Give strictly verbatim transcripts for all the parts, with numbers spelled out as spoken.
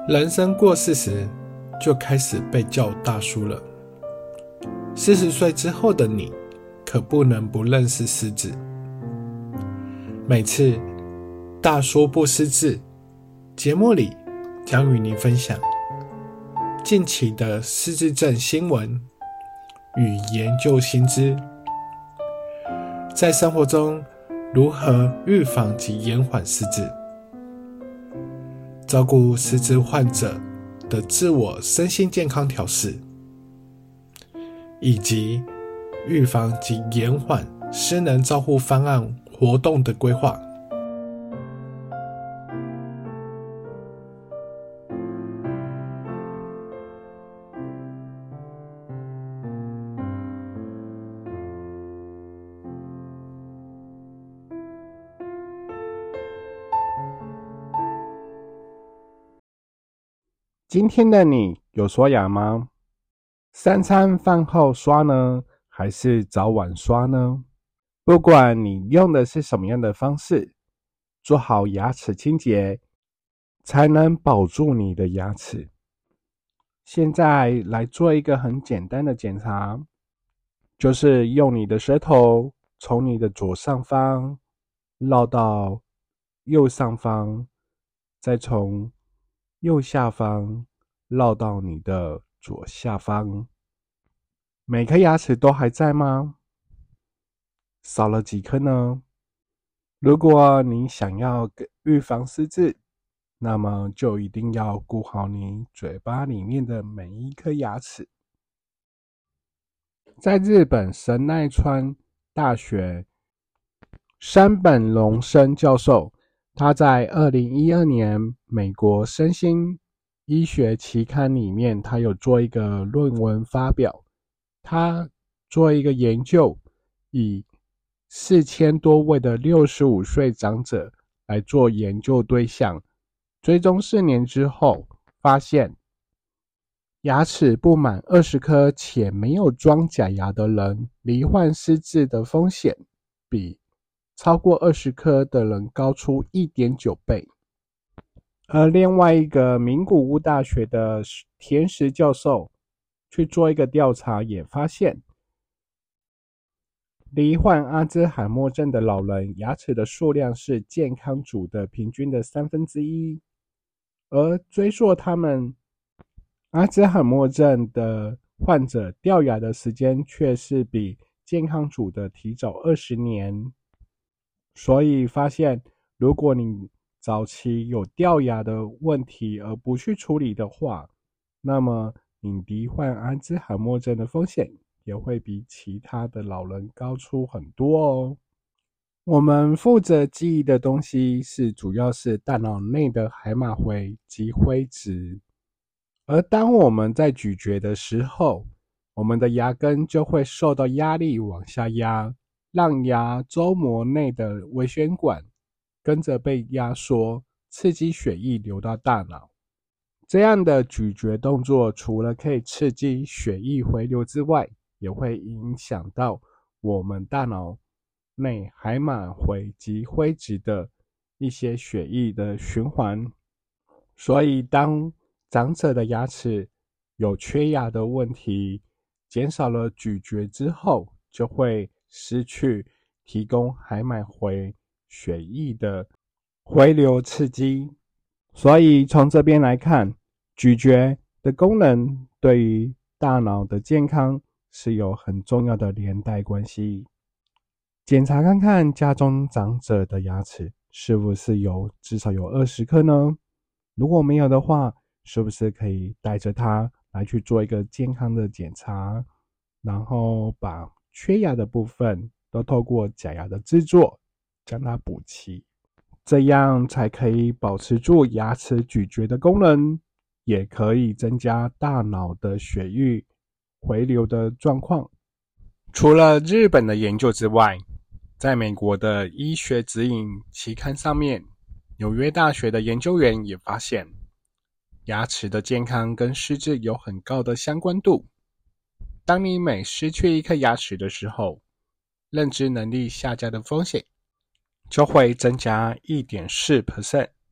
人生过四十，就开始被叫大叔了。四十岁之后的你，可不能不认识失智。每次大叔不失智节目里，将与您分享近期的失智症新闻与研究新知，在生活中如何预防及延缓失智，照顾失智患者的自我身心健康调试，以及预防及延缓失能照护方案活动的规划。 今天的你有刷牙吗？三餐饭后刷呢，还是早晚刷呢？不管你用的是什么样的方式，做好牙齿清洁，才能保住你的牙齿。现在来做一个很简单的检查，就是用你的舌头从你的左上方绕到右上方，再从右下方绕到你的左下方。每颗牙齿都还在吗？少了几颗呢？如果你想要预防失智，那么就一定要顾好你嘴巴里面的每一颗牙齿。在日本神奈川大学，山本龙生教授，他在二零一二年美国身心医学期刊里面，他有做一个论文发表。他做一个研究，以四千多位的六十五岁长者来做研究对象，追踪四年之后，发现牙齿不满二十颗且没有装假牙的人，罹患失智的风险比超过二十颗的人高出 一点九倍。而另外一个名古屋大学的田石教授去做一个调查，也发现罹患阿兹海默症的老人牙齿的数量是健康组的平均的三分之一，而追溯他们阿兹海默症的患者掉牙的时间却是比健康组的提早二十年。所以发现，如果你早期有掉牙的问题而不去处理的话，那么你罹患阿兹海默症的风险也会比其他的老人高出很多哦。我们负责记忆的东西是主要是大脑内的海马回及灰质，而当我们在咀嚼的时候，我们的牙根就会受到压力往下压，让牙周膜内的微血管跟着被压缩，刺激血液流到大脑。这样的咀嚼动作除了可以刺激血液回流之外，也会影响到我们大脑内海马回及灰质的一些血液的循环。所以当长者的牙齿有缺牙的问题，减少了咀嚼之后，就会失去提供海马回血液的回流刺激。所以从这边来看，咀嚼的功能对于大脑的健康是有很重要的连带关系。检查看看家中长者的牙齿是不是有至少有二十颗呢？如果没有的话，是不是可以带着他来去做一个健康的检查，然后把缺牙的部分都透过假牙的制作将它补齐，这样才可以保持住牙齿咀嚼的功能，也可以增加大脑的血液回流的状况。除了日本的研究之外，在美国的医学指引期刊上面，纽约大学的研究员也发现，牙齿的健康跟失智有很高的相关度。当你每失去一颗牙齿的时候，认知能力下降的风险就会增加 百分之一点四。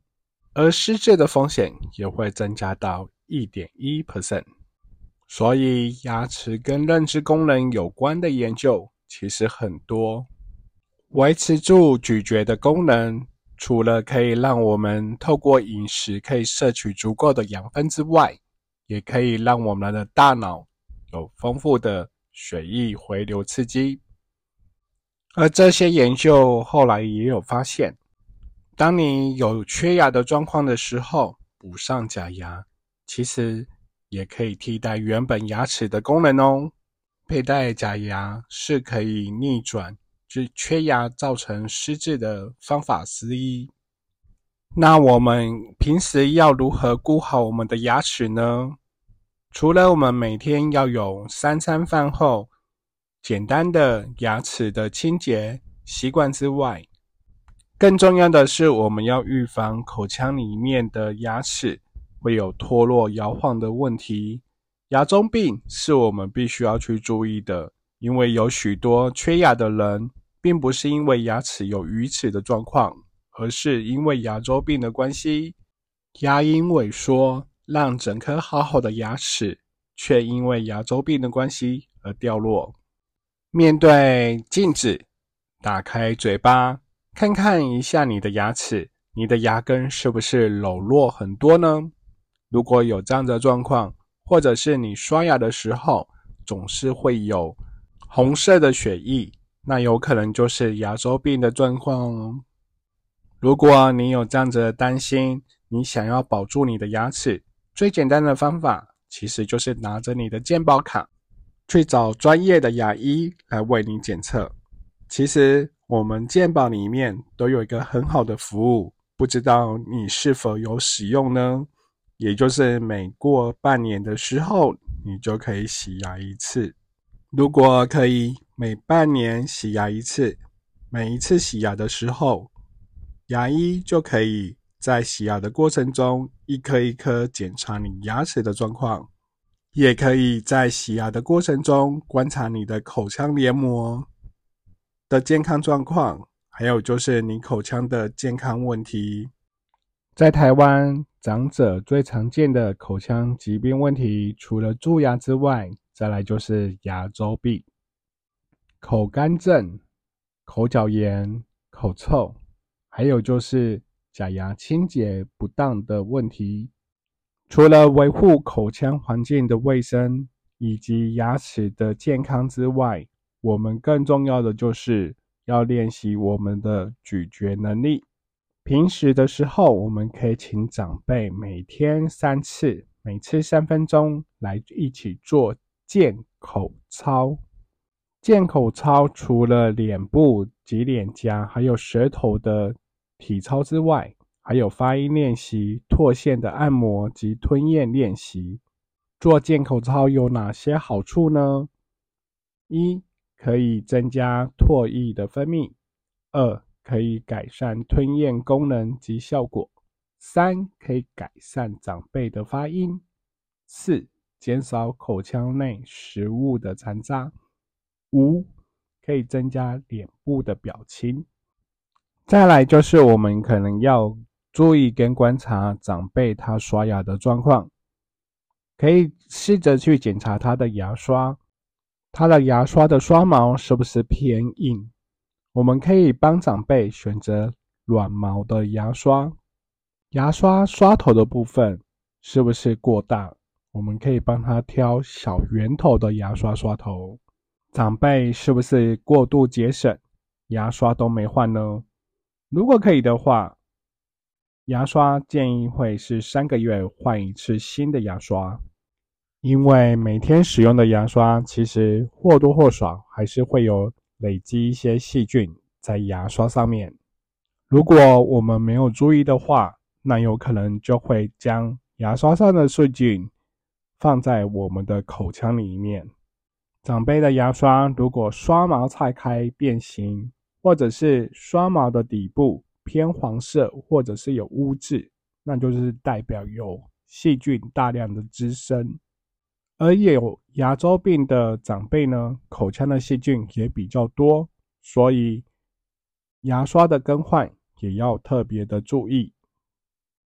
而失智的风险也会增加到 百分之一点一。所以牙齿跟认知功能有关的研究其实很多。维持住咀嚼的功能，除了可以让我们透过饮食可以摄取足够的养分之外，也可以让我们的大脑有丰富的血液回流刺激。而这些研究后来也有发现，当你有缺牙的状况的时候，补上假牙，其实也可以替代原本牙齿的功能哦。佩戴假牙是可以逆转缺牙造成失智的方法之一。那我们平时要如何顾好我们的牙齿呢？除了我们每天要有三餐饭后简单的牙齿的清洁习惯之外，更重要的是我们要预防口腔里面的牙齿会有脱落摇晃的问题。牙周病是我们必须要去注意的，因为有许多缺牙的人并不是因为牙齿有龋齿的状况，而是因为牙周病的关系，牙龈萎缩让整颗好好的牙齿却因为牙周病的关系而掉落。面对镜子，打开嘴巴，看看一下你的牙齿，你的牙根是不是裸露很多呢？如果有这样的状况，或者是你刷牙的时候总是会有红色的血液，那有可能就是牙周病的状况哦。如果你有这样子的担心，你想要保住你的牙齿，最简单的方法其实就是拿着你的健保卡去找专业的牙医来为你检测。其实我们健保里面都有一个很好的服务，不知道你是否有使用呢？也就是每过半年的时候你就可以洗牙一次。如果可以每半年洗牙一次，每一次洗牙的时候，牙医就可以在洗牙的过程中一颗一颗检查你牙齿的状况，也可以在洗牙的过程中观察你的口腔黏膜的健康状况，还有就是你口腔的健康问题。在台湾，长者最常见的口腔疾病问题，除了蛀牙之外，再来就是牙周病、口干症、口角炎、口臭，还有就是假牙清洁不当的问题。除了维护口腔环境的卫生以及牙齿的健康之外，我们更重要的就是要练习我们的咀嚼能力。平时的时候，我们可以请长辈每天三次，每次三分钟来一起做健口操。健口操除了脸部及脸颊还有舌头的体操之外，还有发音练习、唾腺的按摩及吞咽练习。做健口操有哪些好处呢？一、可以增加唾液的分泌。二、可以改善吞咽功能及效果。三、可以改善长辈的发音。四、减少口腔内食物的残渣。五、可以增加脸部的表情。再来就是我们可能要注意跟观察长辈他刷牙的状况，可以试着去检查他的牙刷，他的牙刷的刷毛是不是偏硬。我们可以帮长辈选择软毛的牙刷，牙刷刷头的部分是不是过大，我们可以帮他挑小圆头的牙刷刷头。长辈是不是过度节省，牙刷都没换呢？如果可以的话，牙刷建议会是三个月换一次新的牙刷，因为每天使用的牙刷其实或多或少还是会有累积一些细菌在牙刷上面。如果我们没有注意的话，那有可能就会将牙刷上的细菌放在我们的口腔里面。长辈的牙刷如果刷毛拆开变形，或者是刷毛的底部偏黄色，或者是有污渍，那就是代表有细菌大量的滋生。而有牙周病的长辈呢，口腔的细菌也比较多，所以牙刷的更换也要特别的注意。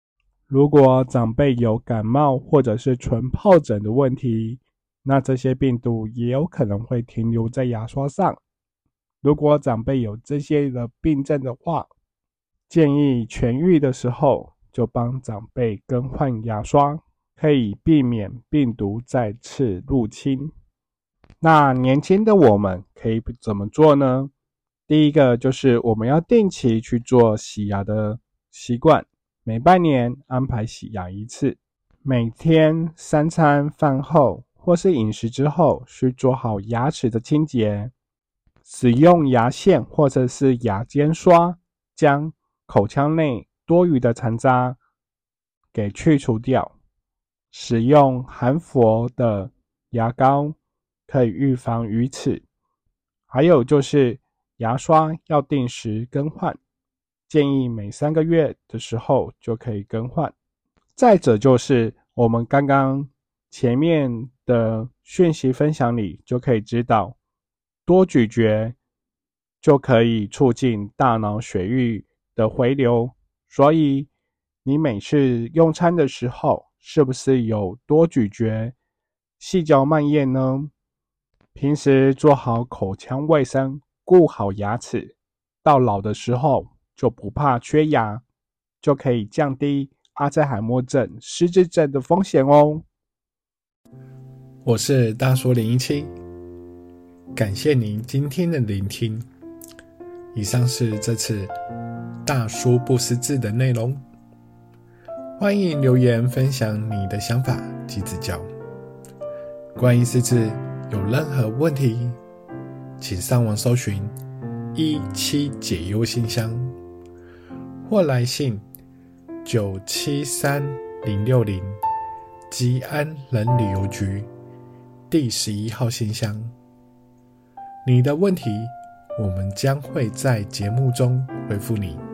如果长辈有感冒或者是荨疱疹的问题，那这些病毒也有可能会停留在牙刷上。如果长辈有这些的病症的话，建议痊愈的时候就帮长辈更换牙刷，可以避免病毒再次入侵。那年轻的我们可以怎么做呢？第一个就是我们要定期去做洗牙的习惯，每半年安排洗牙一次，每天三餐饭后或是饮食之后需做好牙齿的清洁，使用牙线或者是牙尖刷将口腔内多余的残渣给去除掉，使用含氟的牙膏可以预防龋齿，还有就是牙刷要定时更换，建议每三个月的时候就可以更换。再者就是我们刚刚前面的讯息分享里就可以知道，多咀嚼就可以促进大脑血液的回流，所以你每次用餐的时候是不是有多咀嚼、细嚼慢咽呢？平时做好口腔卫生，顾好牙齿，到老的时候就不怕缺牙，就可以降低阿兹海默症、失智症的风险哦。 我是大叔零一七，感谢您今天的聆听。以上是这次大叔不识字的内容，欢迎留言分享你的想法及指教。关于识字有任何问题，请上网搜寻一七解忧信箱，或来信九七三零六零吉安人旅游局第十一号信箱。你的问题，我们将会在节目中回复你。